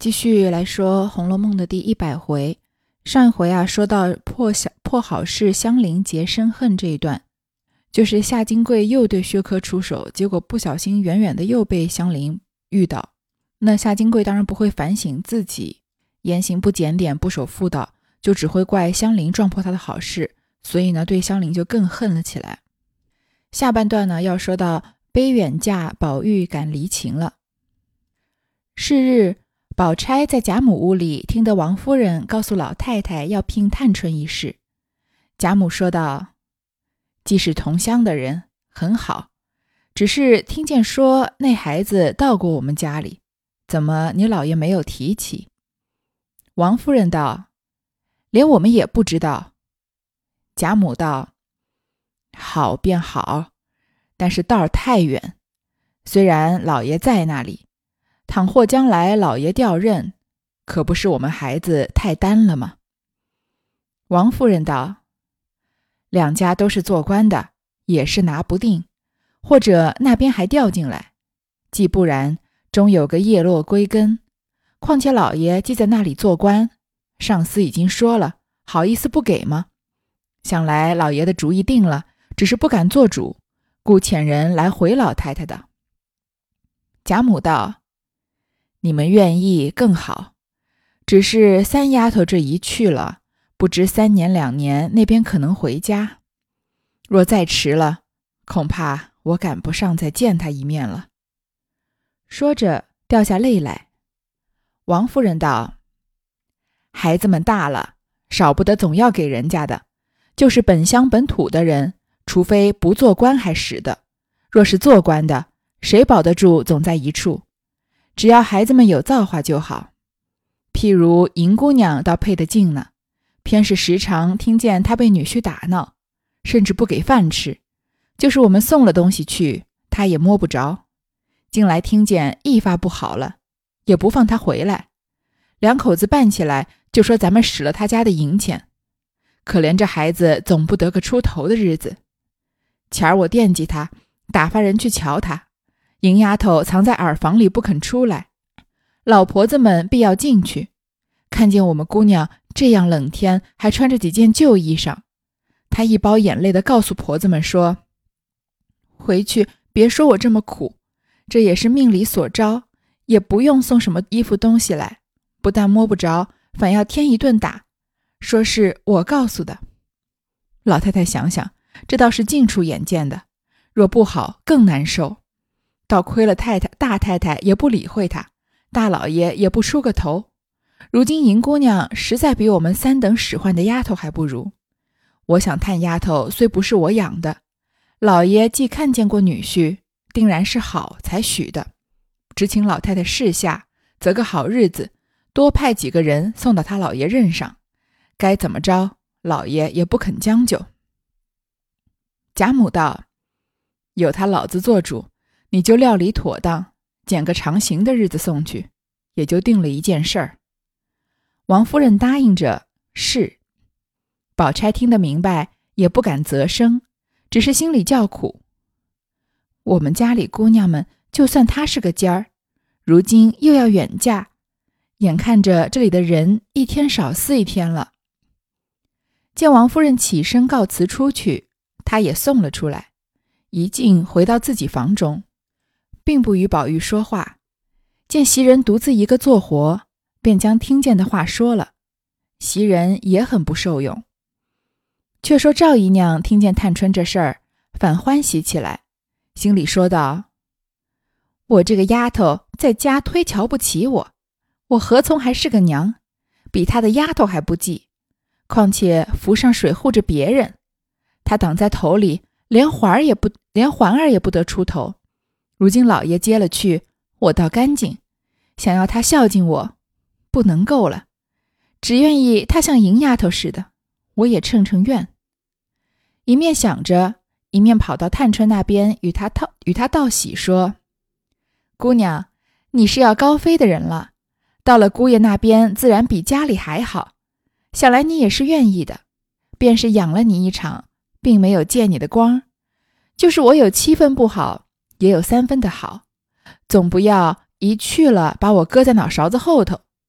继续来说《红楼梦》的第100回。上一回说到破好事相邻结深恨这一段，就是夏金桂又对薛科出手，结果不小心远远的又被香菱遇到。那夏金桂当然不会反省自己言行不检点、不守妇道，就只会怪香菱撞破他的好事，所以呢对香菱就更恨了起来。下半段呢要说到悲远嫁宝玉赶离情了。是日，宝钗在贾母屋里听得王夫人告诉老太太要聘探春一事。贾母说道：既是同乡的人很好，只是听见说那孩子到过我们家里，怎么你老爷没有提起？王夫人道：连我们也不知道。贾母道：好便好，但是道儿太远，虽然老爷在那里，倘或将来老爷调任，可不是我们孩子太单了吗？王夫人道：两家都是做官的，也是拿不定，或者那边还调进来，既不然，终有个叶落归根。况且老爷既在那里做官，上司已经说了，好意思不给吗？想来老爷的主意定了，只是不敢做主，故遣人来回老太太的。贾母道：你们愿意更好，只是三丫头这一去了，不知3年2年那边可能回家，若再迟了，恐怕我赶不上再见她一面了。说着掉下泪来。王夫人道：孩子们大了，少不得总要给人家的，就是本乡本土的人，除非不做官还使的，若是做官的，谁保得住总在一处？只要孩子们有造化就好。譬如银姑娘倒配得近呢，偏是时常听见她被女婿打闹，甚至不给饭吃，就是我们送了东西去，她也摸不着。近来听见一发不好了，也不放她回来，两口子办起来就说咱们使了他家的银钱，可怜这孩子总不得个出头的日子。前儿我惦记他，打发人去瞧他，银丫头藏在耳房里不肯出来，老婆子们必要进去，看见我们姑娘这样冷天还穿着几件旧衣裳，她一包眼泪的告诉婆子们说：回去别说我这么苦，这也是命里所招，也不用送什么衣服东西来，不但摸不着，反要添一顿打，说是我告诉的。老太太想想，这倒是近处眼见的，若不好更难受，倒亏了大太太也不理会她，大老爷也不出个头。如今银姑娘实在比我们3等使唤的丫头还不如。我想探丫头虽不是我养的，老爷既看见过女婿，定然是好才许的，只请老太太示下，择个好日子，多派几个人送到他老爷任上，该怎么着，老爷也不肯将就。贾母道：有他老子做主，你就料理妥当，拣个常行的日子送去，也就定了一件事儿。王夫人答应着是。宝钗听得明白，也不敢责声，只是心里叫苦。我们家里姑娘们，就算她是个尖儿，如今又要远嫁，眼看着这里的人一天少似一天了。见王夫人起身告辞出去，她也送了出来，一进回到自己房中，并不与宝玉说话。见袭人独自一个做活，便将听见的话说了。袭人也很不受用。却说赵姨娘听见探春这事儿，反欢喜起来，心里说道：我这个丫头在家忒瞧不起我何从还是个娘，比她的丫头还不济，况且扶上水护着别人，她挡在头里，连环儿也不得出头。如今老爷接了去，我倒干净，想要她孝敬我，不能够了，只愿意她像银丫头似的，我也称愿。一面想着，一面跑到探春那边与她道喜说：姑娘，你是要高飞的人了，到了姑爷那边自然比家里还好，想来你也是愿意的，便是养了你一场，并没有见你的光，就是我有7分不好，也有3分的好，总不要一去了把我搁在脑勺子后头，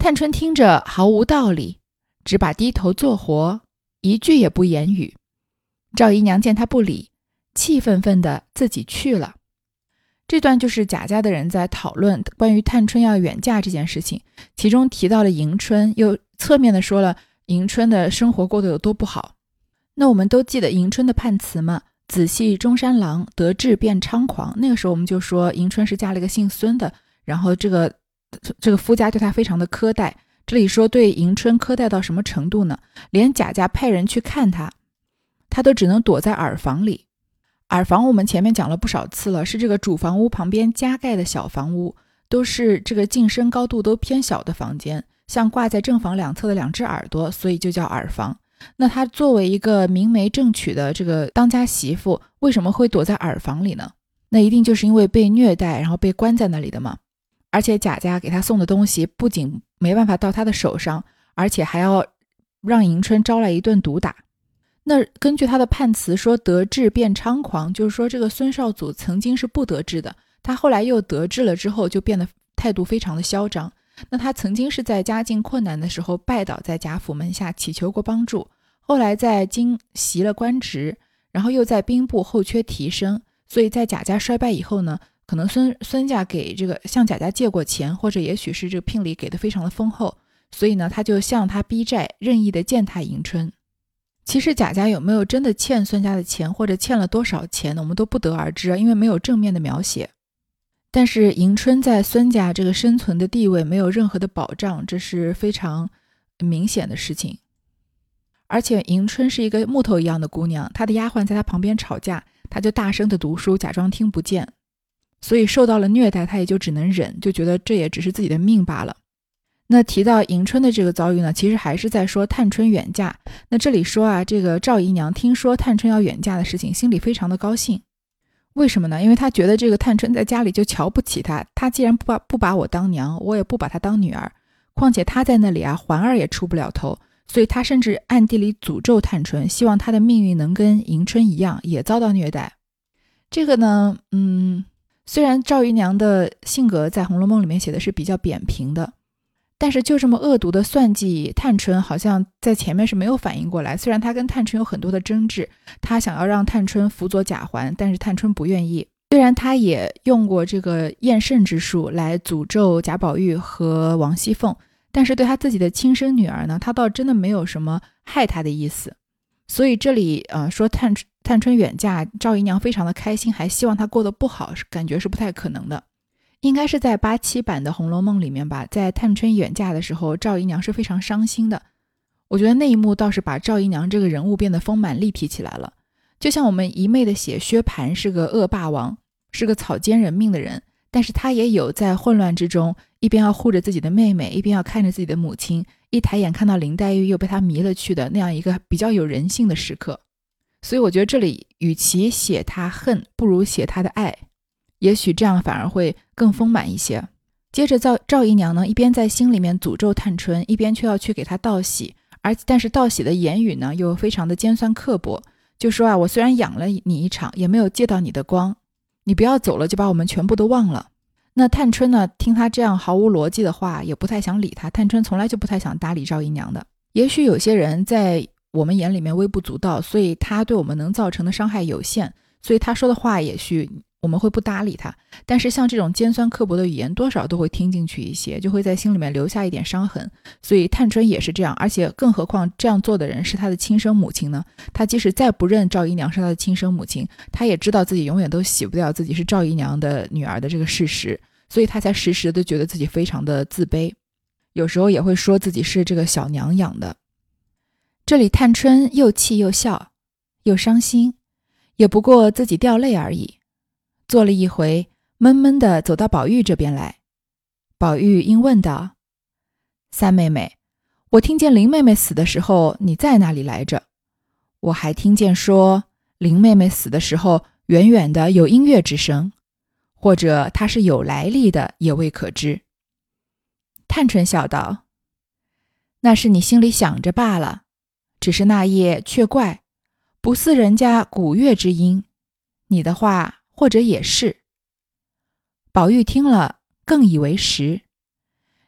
探春听着毫无道理，只把低头做活，一句也不言语。赵姨娘见她不理，气愤愤地自己去了。这段就是贾家的人在讨论关于探春要远嫁这件事情，其中提到了迎春，又侧面的说了迎春的生活过得有多不好。那我们都记得迎春的判词嘛，子系中山狼，得志便猖狂。那个时候我们就说迎春是嫁了个姓孙的，然后这个夫家对她非常的苛待。这里说对迎春苛待到什么程度呢？连贾家派人去看她，她都只能躲在耳房里。耳房我们前面讲了不少次了，是这个主房屋旁边加盖的小房屋，都是这个进深高度都偏小的房间，像挂在正房两侧的两只耳朵，所以就叫耳房。那她作为一个明媒正娶的这个当家媳妇，为什么会躲在耳房里呢？那一定就是因为被虐待，然后被关在那里的嘛。而且贾家给她送的东西不仅没办法到她的手上，而且还要让迎春招来一顿毒打。那根据他的判词说得志便猖狂，就是说这个孙绍祖曾经是不得志的，他后来又得志了之后就变得态度非常的嚣张。那他曾经是在家境困难的时候拜倒在贾府门下祈求过帮助，后来在京袭了官职，然后又在兵部后缺提升，所以在贾家衰败以后呢，可能孙家给这个向贾家借过钱，或者也许是这个聘礼给的非常的丰厚，所以呢他就向他逼债，任意的践踏迎春。其实贾家有没有真的欠孙家的钱，或者欠了多少钱呢，我们都不得而知，因为没有正面的描写。但是迎春在孙家这个生存的地位没有任何的保障，这是非常明显的事情。而且迎春是一个木头一样的姑娘，她的丫鬟在她旁边吵架，她就大声的读书，假装听不见，所以受到了虐待，她也就只能忍，就觉得这也只是自己的命罢了。那提到迎春的这个遭遇呢，其实还是在说探春远嫁。那这里说啊，这个赵姨娘听说探春要远嫁的事情，心里非常的高兴。为什么呢？因为她觉得这个探春在家里就瞧不起她，她既然不把我当娘，我也不把她当女儿，况且她在那里啊，环儿也出不了头，所以她甚至暗地里诅咒探春，希望她的命运能跟迎春一样，也遭到虐待。这个呢，虽然赵姨娘的性格在《红楼梦》里面写的是比较扁平的，但是就这么恶毒的算计，探春好像在前面是没有反应过来。虽然她跟探春有很多的争执，她想要让探春辅佐贾环，但是探春不愿意。虽然她也用过这个验肾之术来诅咒贾宝玉和王熙凤，但是对她自己的亲生女儿呢，她倒真的没有什么害她的意思。所以这里说探春远嫁，赵姨娘非常的开心，还希望她过得不好，感觉是不太可能的。应该是在87版的《红楼梦》里面吧，在探春远嫁的时候，赵姨娘是非常伤心的。我觉得那一幕倒是把赵姨娘这个人物变得丰满立体起来了。就像我们一昧的写薛蟠是个恶霸王，是个草菅人命的人，但是他也有在混乱之中，一边要护着自己的妹妹，一边要看着自己的母亲，一抬眼看到林黛玉又被他迷了去的那样一个比较有人性的时刻。所以我觉得这里与其写他恨，不如写他的爱，也许这样反而会更丰满一些。接着赵姨娘呢，一边在心里面诅咒探春，一边却要去给她道喜，但是道喜的言语呢又非常的尖酸刻薄，就说啊，我虽然养了你一场，也没有借到你的光，你不要走了就把我们全部都忘了。那探春呢，听她这样毫无逻辑的话，也不太想理她。探春从来就不太想搭理赵姨娘的。也许有些人在我们眼里面微不足道，所以他对我们能造成的伤害有限，所以他说的话也许我们会不搭理他，但是像这种尖酸刻薄的语言多少都会听进去一些，就会在心里面留下一点伤痕。所以探春也是这样，而且更何况这样做的人是他的亲生母亲呢？他即使再不认赵姨娘是他的亲生母亲，他也知道自己永远都洗不掉自己是赵姨娘的女儿的这个事实，所以他才时时的觉得自己非常的自卑，有时候也会说自己是这个小娘养的。这里探春又气又笑又伤心，也不过自己掉泪而已。坐了一回，闷闷地走到宝玉这边来。宝玉因问道：三妹妹，我听见林妹妹死的时候你在那里来着？我还听见说林妹妹死的时候远远的有音乐之声，或者她是有来历的也未可知。探春笑道：那是你心里想着罢了，只是那夜却怪不似人家鼓乐之音，你的话或者也是。宝玉听了更以为实，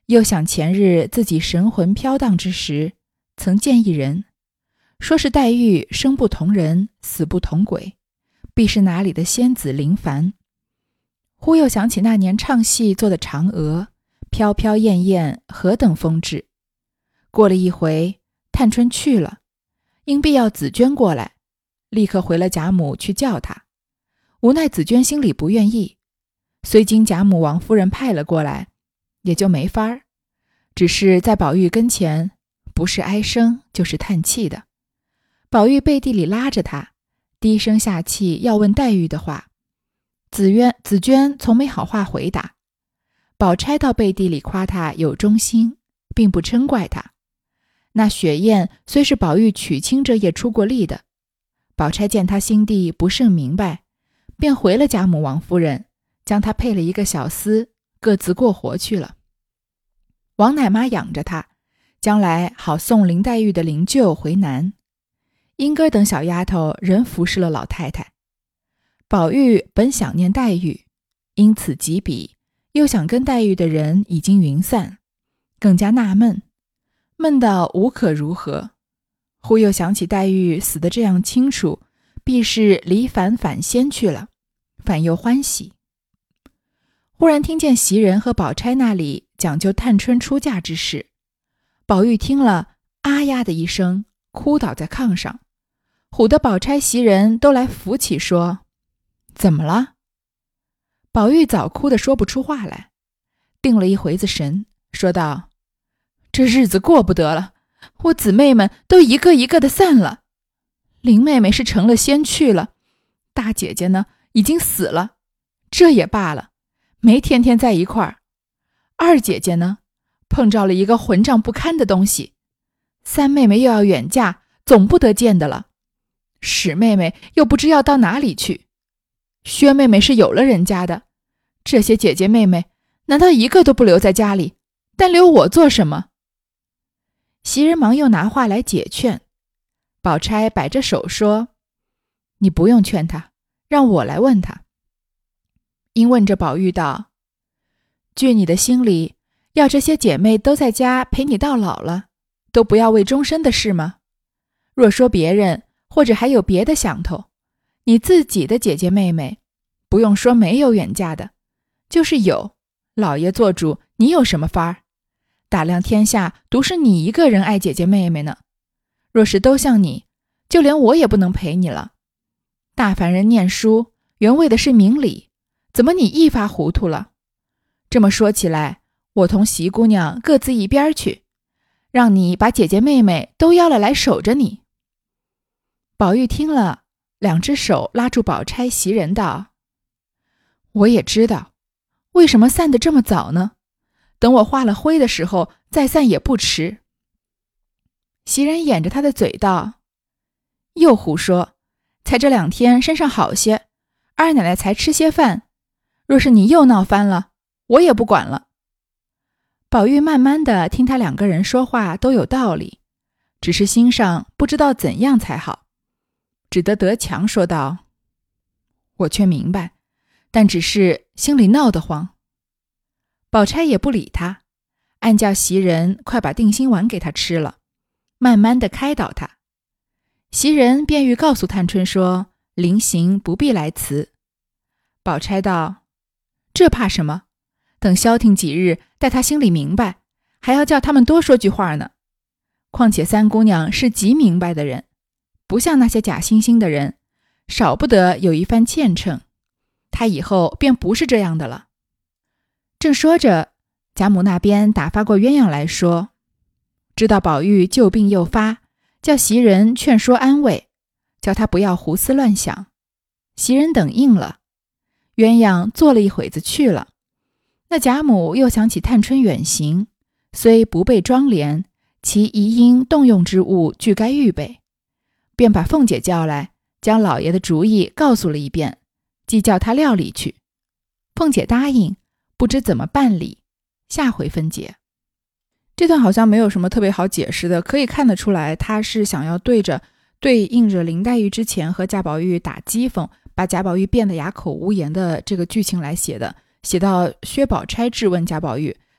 又想前日自己神魂飘荡之时，曾见一人，说是黛玉生不同人，死不同鬼，必是哪里的仙子临凡。忽又想起那年唱戏做的嫦娥，飘飘艳艳，何等风致。过了一回，探春去了，因必要紫娟过来，立刻回了贾母去叫她。无奈紫娟心里不愿意，虽经贾母王夫人派了过来，也就没法儿，只是在宝玉跟前，不是哀声就是叹气的。宝玉背地里拉着她，低声下气要问黛玉的话，紫娟从没好话回答。宝钗到背地里夸她有忠心，并不嗔怪她。那雪雁虽是宝玉娶亲这夜出过力的，宝钗见她心地不甚明白，便回了贾母王夫人，将她配了一个小厮，各自过活去了。王奶妈养着她，将来好送林黛玉的灵柩回南。英哥等小丫头仍服侍了老太太。宝玉本想念黛玉，因此急笔，又想跟黛玉的人已经云散，更加纳闷，闷到无可如何。忽又想起黛玉死得这样清楚，必是离凡反仙去了，反又欢喜。忽然听见袭人和宝钗那里讲究探春出嫁之事，宝玉听了，啊呀的一声，哭倒在炕上，唬得宝钗袭人都来扶起，说：怎么了？宝玉早哭得说不出话来，定了一回子神，说道：这日子过不得了，我姊妹们都一个一个的散了，林妹妹是成了仙去了，大姐姐呢已经死了，这也罢了，没天天在一块儿。二姐姐呢碰着了一个混账不堪的东西，三妹妹又要远嫁，总不得见的了，史妹妹又不知要到哪里去，薛妹妹是有了人家的，这些姐姐妹妹难道一个都不留在家里，但留我做什么？袭人忙又拿话来解劝，宝钗摆着手说：你不用劝她，让我来问她。因问着宝玉道：据你的心里，要这些姐妹都在家陪你到老了，都不要为终身的事吗？若说别人，或者还有别的想头，你自己的姐姐妹妹，不用说没有远嫁的，就是有，老爷做主，你有什么法儿？打量天下，独是你一个人爱姐姐妹妹呢。若是都像你，就连我也不能陪你了。大凡人念书，原为的是明理，怎么你一发糊涂了？这么说起来，我同席姑娘各自一边去，让你把姐姐妹妹都邀了来守着你。宝玉听了，两只手拉住宝钗袭人道：我也知道，为什么散得这么早呢？等我化了灰的时候再散也不迟。袭人掩着他的嘴道：又胡说，才这2天身上好些，二奶奶才吃些饭，若是你又闹翻了，我也不管了。宝玉慢慢的听他2个人说话都有道理，只是心上不知道怎样才好，只得得强说道：我却明白，但只是心里闹得慌。宝钗也不理他，暗叫袭人快把定心丸给他吃了，慢慢的开导他。袭人便欲告诉探春说临行不必来辞。宝钗道：这怕什么？等消停几日，待他心里明白，还要叫他们多说句话呢。况且三姑娘是极明白的人，不像那些假惺惺的人，少不得有一番欠称，她以后便不是这样的了。正说着，贾母那边打发过鸳鸯来说，知道宝玉旧病又发，叫袭人劝说安慰，叫他不要胡思乱想。袭人等应了，鸳鸯坐了一会子去了。那贾母又想起探春远行，虽不备妆奁，其宜应动用之物俱该预备，便把凤姐叫来，将老爷的主意告诉了一遍，即叫他料理去。凤姐答应，不知怎么办理，下回分解。这段好像没有什么特别好解释的，可以看得出来他是想要对应着林黛玉之前和贾宝玉打讥讽，把贾宝玉变得哑口无言的这个剧情来写的。写到薛宝钗质问贾宝玉，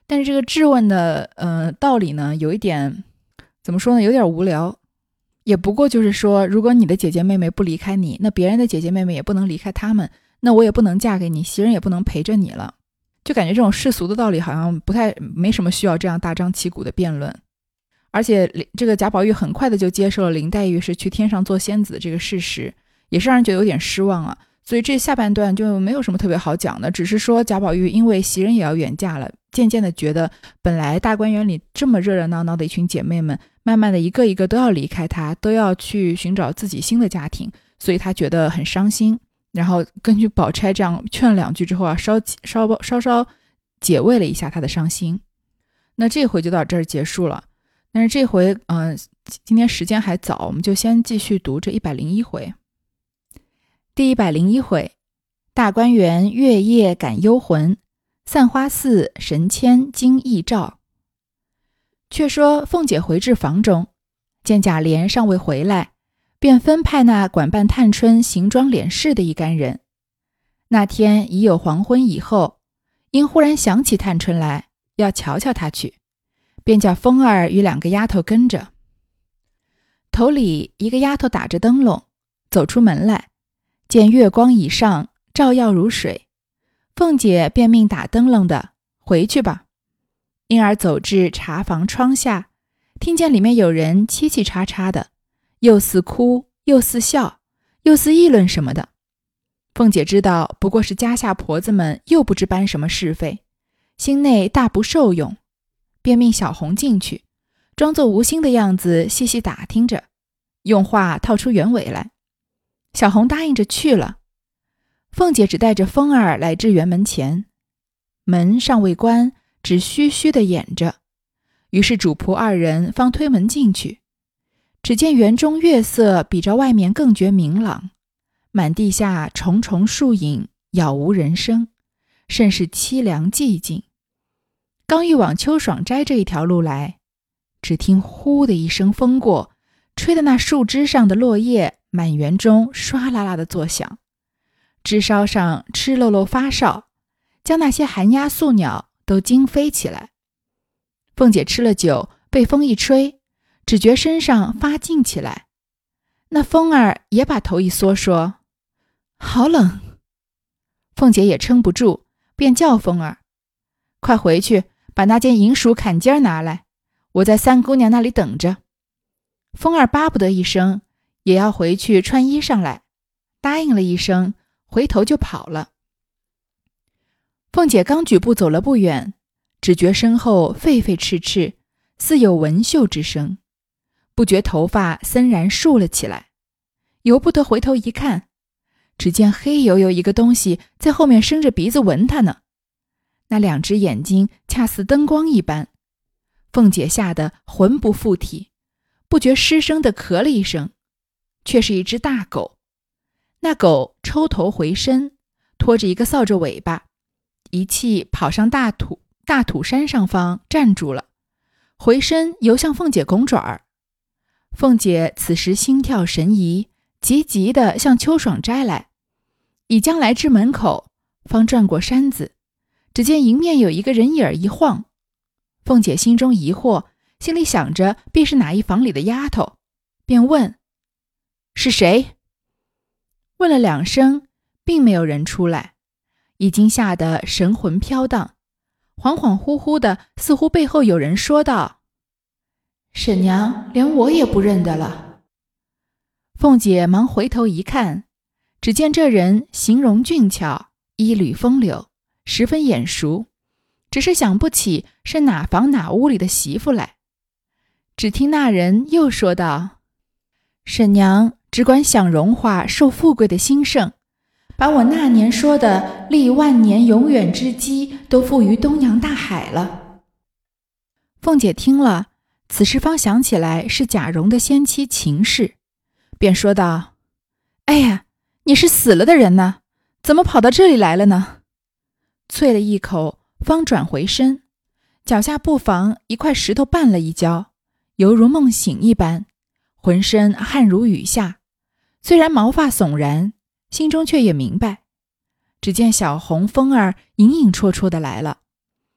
但是这个质问的道理呢，有一点怎么说呢，有点无聊。也不过就是说，如果你的姐姐妹妹不离开你，那别人的姐姐妹妹也不能离开他们，那我也不能嫁给你，袭人也不能陪着你了。就感觉这种世俗的道理好像没什么需要这样大张旗鼓的辩论。而且这个贾宝玉很快的就接受了林黛玉是去天上做仙子的这个事实，也是让人觉得有点失望啊。所以这下半段就没有什么特别好讲的，只是说贾宝玉因为袭人也要远嫁了，渐渐的觉得本来大观园里这么热热闹闹的一群姐妹们，慢慢的一个一个都要离开他，都要去寻找自己新的家庭，所以他觉得很伤心。然后根据宝钗这样劝了两句之后啊，稍稍解慰了一下他的伤心。那这回就到这儿结束了。但是这回今天时间还早，我们就先继续读这101回。第101回，大观园月夜感幽魂，散花寺神仙惊异兆。却说凤姐回至房中，见贾琏尚未回来，便分派那管办探春行装敛事的一干人。那天已有黄昏以后，因忽然想起探春来，要瞧瞧她去，便叫风儿与2个丫头跟着。头里一个丫头打着灯笼走出门来，见月光以上，照耀如水，凤姐便命打灯笼的回去吧。因而走至茶房窗下，听见里面有人嘁嘁喳喳的，又似哭又似笑，又似议论什么的。凤姐知道不过是家下婆子们又不知搬什么是非，心内大不受用，便命小红进去，装作无心的样子细细打听着，用话套出原委来。小红答应着去了。凤姐只带着风儿来至园门前，门尚未关，只虚虚的掩着。于是主仆2人方推门进去，只见园中月色比照外面更觉明朗，满地下重重树影，杳无人声，甚是凄凉寂静。刚欲往秋爽斋这一条路来，只听呼的一声风过，吹得那树枝上的落叶满园中唰啦啦的作响，枝梢上吃漏漏发哨，将那些寒鸦宿鸟都惊飞起来。凤姐吃了酒，被风一吹，只觉身上发劲起来。那风儿也把头一缩，说：好冷。凤姐也撑不住，便叫风儿：快回去把那件银鼠坎肩拿来，我在三姑娘那里等着。风儿巴不得一声，也要回去穿衣裳来，答应了一声，回头就跑了。凤姐刚举步走了不远，只觉身后沸沸赤赤，似有蚊嗅之声，不觉头发森然竖了起来，由不得回头一看，只见黑油油一个东西在后面伸着鼻子闻她呢，那2只眼睛恰似灯光一般。凤姐吓得魂不附体，不觉失声地咳了一声，却是一只大狗。那狗抽头回身，拖着一个扫帚尾巴，一气跑上大土山上方站住了，回身游向凤姐拱爪儿。凤姐此时心跳神怡，急急地向秋爽斋来，已将来至门口，方转过山子，只见迎面有一个人影一晃。凤姐心中疑惑，心里想着必是哪一房里的丫头，便问：是谁？问了2声，并没有人出来，已经吓得神魂飘荡，恍恍惚惚的，似乎背后有人说道：婶娘连我也不认得了。凤姐忙回头一看，只见这人形容俊俏，衣履风流，十分眼熟，只是想不起是哪房哪屋里的媳妇来。只听那人又说道：婶娘只管享荣华受富贵的兴盛，把我那年说的立万年永远之基都付于东洋大海了。凤姐听了，此时方想起来是贾蓉的先妻秦氏，便说道：哎呀，你是死了的人呢，怎么跑到这里来了呢？啐了一口，方转回身，脚下不妨一块石头绊了一跤，犹如梦醒一般，浑身汗如雨下，虽然毛发悚然，心中却也明白。只见小红风儿隐隐绰绰的来了，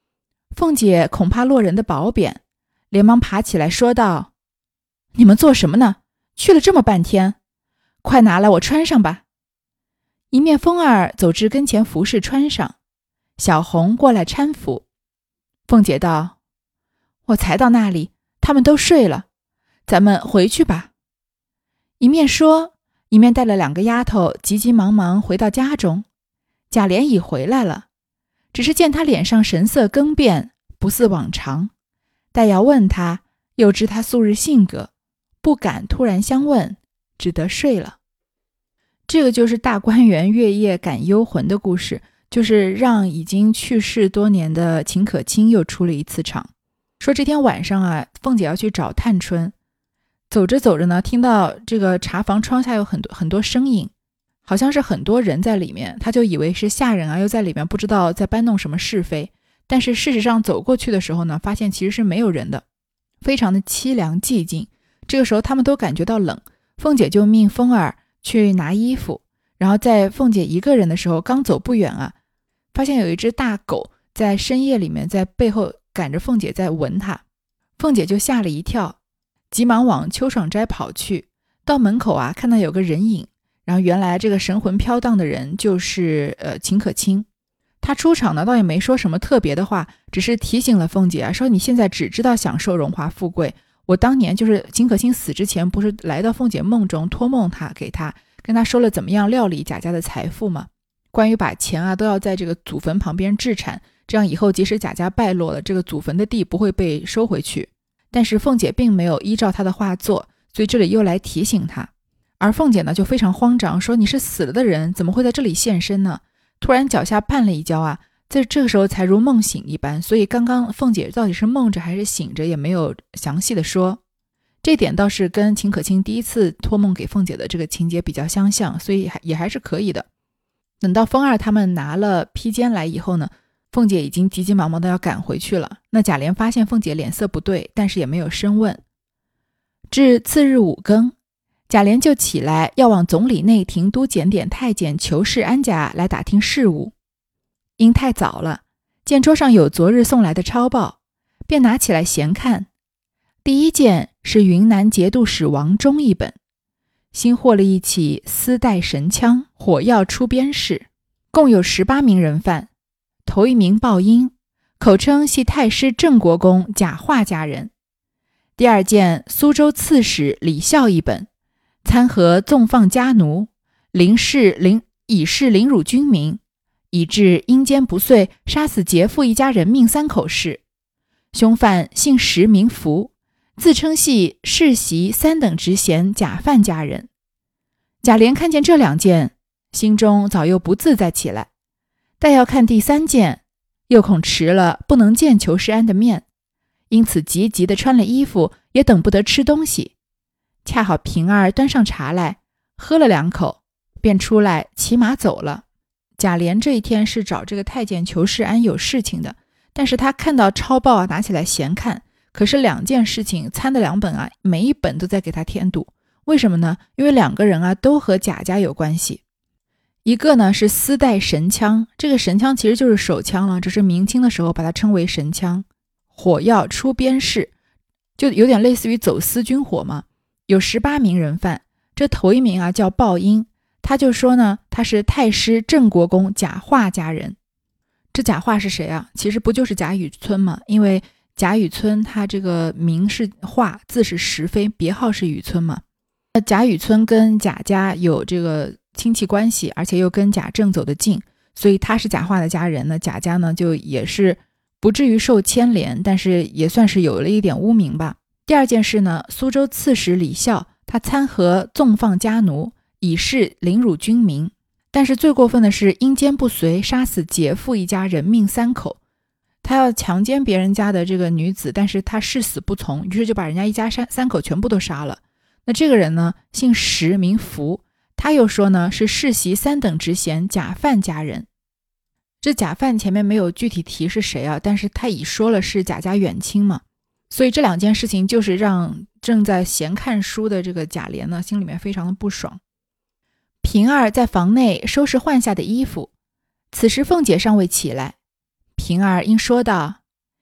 凤姐恐怕落人的薄扁，连忙爬起来说道：你们做什么呢？去了这么半天，快拿来我穿上吧。一面风儿走至跟前服侍穿上，小红过来搀扶。凤姐道：我才到那里，他们都睡了，咱们回去吧。一面说，一面带了2个丫头急急忙忙回到家中。贾琏已回来了，只是见他脸上神色更变，不似往常，待要问他，又知他素日性格，不敢突然相问，只得睡了。这个就是大观园月夜感幽魂的故事，就是让已经去世多年的秦可卿又出了一次场。说这天晚上啊，凤姐要去找探春，走着走着呢，听到这个茶房窗下有很多声音，好像是很多人在里面，她就以为是下人啊，又在里面不知道在搬弄什么是非。但是事实上走过去的时候呢，发现其实是没有人的，非常的凄凉寂静。这个时候他们都感觉到冷，凤姐就命风儿去拿衣服，然后在凤姐一个人的时候，刚走不远啊，发现有一只大狗在深夜里面在背后赶着凤姐在闻她。凤姐就吓了一跳，急忙往秋爽斋跑去，到门口啊，看到有个人影，然后原来这个神魂飘荡的人就是秦可卿。他出场呢，倒也没说什么特别的话，只是提醒了凤姐啊，说你现在只知道享受荣华富贵，我当年就是秦可卿死之前，不是来到凤姐梦中托梦他，给他跟他说了怎么样料理贾家的财富吗？关于把钱啊都要在这个祖坟旁边置产，这样以后即使贾家败落了，这个祖坟的地不会被收回去。但是凤姐并没有依照他的话做，所以这里又来提醒他。而凤姐呢就非常慌张，说你是死了的人，怎么会在这里现身呢？突然脚下绊了一跤啊，在这个时候才如梦醒一般，所以刚刚凤姐到底是梦着还是醒着也没有详细的说。这点倒是跟秦可卿第一次托梦给凤姐的这个情节比较相像，所以也还是可以的。等到风儿他们拿了披肩来以后呢，凤姐已经急急忙忙的要赶回去了。那贾琏发现凤姐脸色不对，但是也没有深问。至次日5更，贾琏就起来要往总理内廷都检点太监裘世安家来打听事务。因太早了，见桌上有昨日送来的抄报，便拿起来闲看。第一件是云南节度使王忠一本，新获了一起丝带神枪火药出边事，共有18名人犯。头一名鲍英，口称系太师郑国公贾化家人。第二件苏州刺史李孝一本，参合纵放家奴，以示凌辱军民，以致阴间不遂，杀死劫富一家人命3口事。凶犯姓石名福，自称系世袭3等职衔贾范家人。贾琏看见这2件，心中早又不自在起来，但要看第3件，又恐迟了不能见裘世安的面，因此急急地穿了衣服，也等不得吃东西。恰好平儿端上茶来，喝了2口，便出来骑马走了。贾琏这一天是找这个太监裘世安有事情的，但是他看到抄报啊，拿起来闲看，可是2件事情参的2本啊，每一本都在给他添堵。为什么呢？因为2个人啊都和贾家有关系。一个呢是丝带神枪，这个神枪其实就是手枪了，只是明清的时候把它称为神枪。火药出边事，就有点类似于走私军火嘛。有18名人犯，这头一名啊叫鲍英，他就说呢他是太师郑国公贾化家人。这贾化是谁啊？其实不就是贾雨村嘛，因为贾雨村他这个名是化，字是石飞，别号是雨村嘛。贾雨村跟贾家有这个亲戚关系，而且又跟贾政走得近，所以他是贾化的家人呢，贾家呢就也是不至于受牵连，但是也算是有了一点污名吧。第二件事呢，苏州刺史李孝，他参合纵放家奴，以示凌辱军民。但是最过分的是阴间不遂，杀死劫富一家人命3口。他要强奸别人家的这个女子，但是他誓死不从，于是就把人家一家3口全部都杀了。那这个人呢，姓石名福，他又说呢是世袭3等职衔贾范家人。这贾范前面没有具体提是谁啊，但是他已说了是贾家远亲嘛，所以这2件事情就是让正在闲看书的这个贾琏呢心里面非常的不爽。平儿在房内收拾换下的衣服，此时凤姐尚未起来，平儿因说道：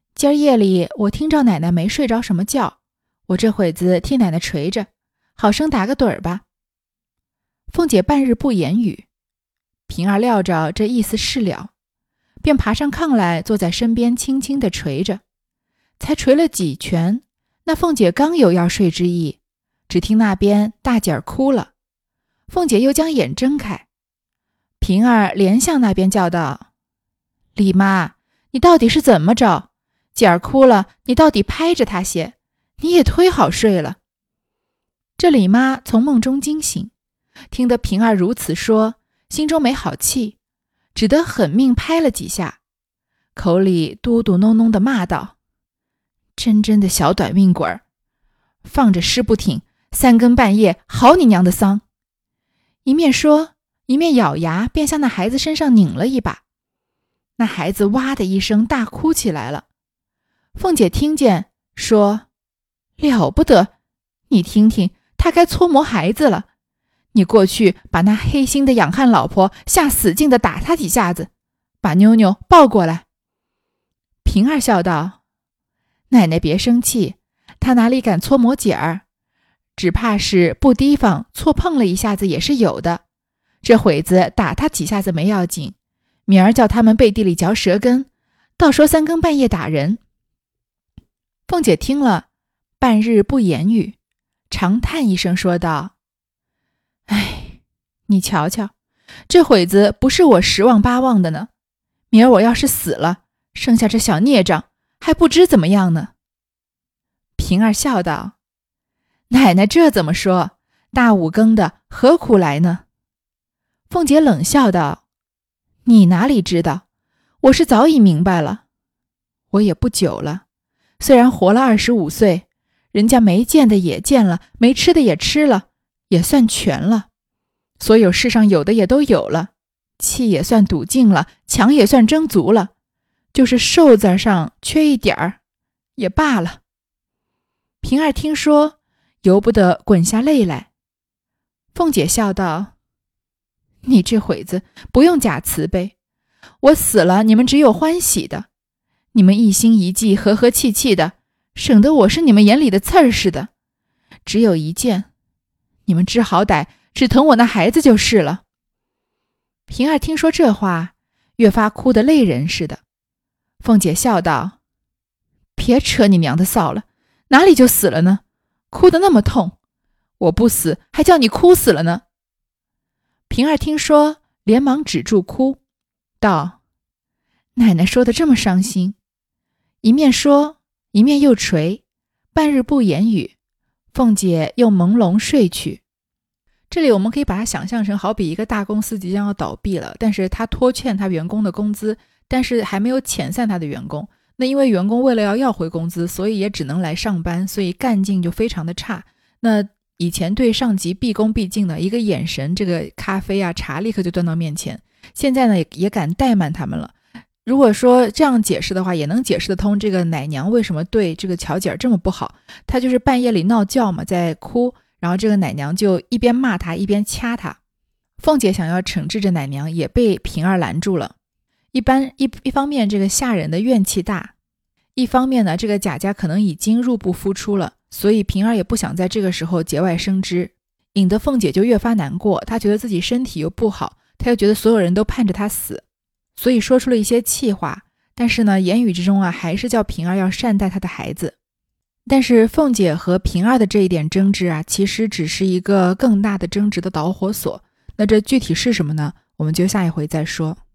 今儿夜里我听着奶奶没睡着什么觉，我这会子替奶奶捶着，好生打个盹儿吧。凤姐半日不言语，平儿料着这意思是了，便爬上炕来，坐在身边轻轻地捶着。才捶了几拳，那凤姐刚有要睡之意，只听那边大姐儿哭了。凤姐又将眼睁开，平儿连向那边叫道：李妈，你到底是怎么着？姐儿哭了，你到底拍着她些，你也忒好睡了。这李妈从梦中惊醒，听得平儿如此说，心中没好气，只得狠命拍了几下，口里嘟嘟哝哝地骂道：真的小短命鬼儿，放着尸不挺，3更半夜好你娘的丧。一面说，一面咬牙便向那孩子身上拧了一把，那孩子哇的一声大哭起来了。凤姐听见说：了不得，你听听，他该搓磨孩子了，你过去把那黑心的养汉老婆下死劲的打他几下子，把妞妞抱过来。平儿笑道：奶奶别生气，他哪里敢搓磨姐儿，只怕是不提防错碰了一下子也是有的，这会子打他几下子没要紧，明儿叫他们背地里嚼舌根，倒说3更半夜打人。凤姐听了，半日不言语，长叹一声说道：哎，你瞧瞧，这会子不是我10忘8忘的呢，明儿我要是死了，剩下这小孽障还不知怎么样呢。平儿笑道：奶奶这怎么说，大5更的何苦来呢？凤姐冷笑道：你哪里知道，我是早已明白了，我也不久了，虽然活了25岁，人家没见的也见了，没吃的也吃了，也算全了，所有世上有的也都有了，气也算赌尽了，强也算争足了，就是寿字上缺一点儿也罢了。平儿听说，由不得滚下泪来。凤姐笑道：你这会子不用假慈悲，我死了你们只有欢喜的，你们一心一计和和气气的，省得我是你们眼里的刺儿似的。只有一件，你们知好歹只疼我那孩子就是了。平儿听说这话，越发哭得泪人似的。凤姐笑道：别扯你娘的臊了，哪里就死了呢？哭得那么痛，我不死还叫你哭死了呢。平儿听说，连忙止住哭，道：奶奶说的这么伤心。一面说，一面又捶，半日不言语。凤姐又朦胧睡去。这里我们可以把它想象成好比一个大公司即将要倒闭了，但是他拖欠他员工的工资，但是还没有遣散他的员工。那因为员工为了要回工资，所以也只能来上班，所以干劲就非常的差。那以前对上级毕恭毕敬的一个眼神，这个咖啡啊茶立刻就端到面前，现在呢也敢怠慢他们了。如果说这样解释的话，也能解释得通这个奶娘为什么对这个巧姐儿这么不好。她就是半夜里闹觉嘛，在哭，然后这个奶娘就一边骂她一边掐她。凤姐想要惩治这奶娘，也被平儿拦住了。一方面这个下人的怨气大，一方面呢这个贾家可能已经入不敷出了，所以平儿也不想在这个时候节外生枝，引得凤姐就越发难过。她觉得自己身体又不好，她又觉得所有人都盼着她死，所以说出了一些气话，但是呢言语之中啊还是叫平儿要善待她的孩子。但是凤姐和平儿的这一点争执啊，其实只是一个更大的争执的导火索。那这具体是什么呢？我们就下一回再说。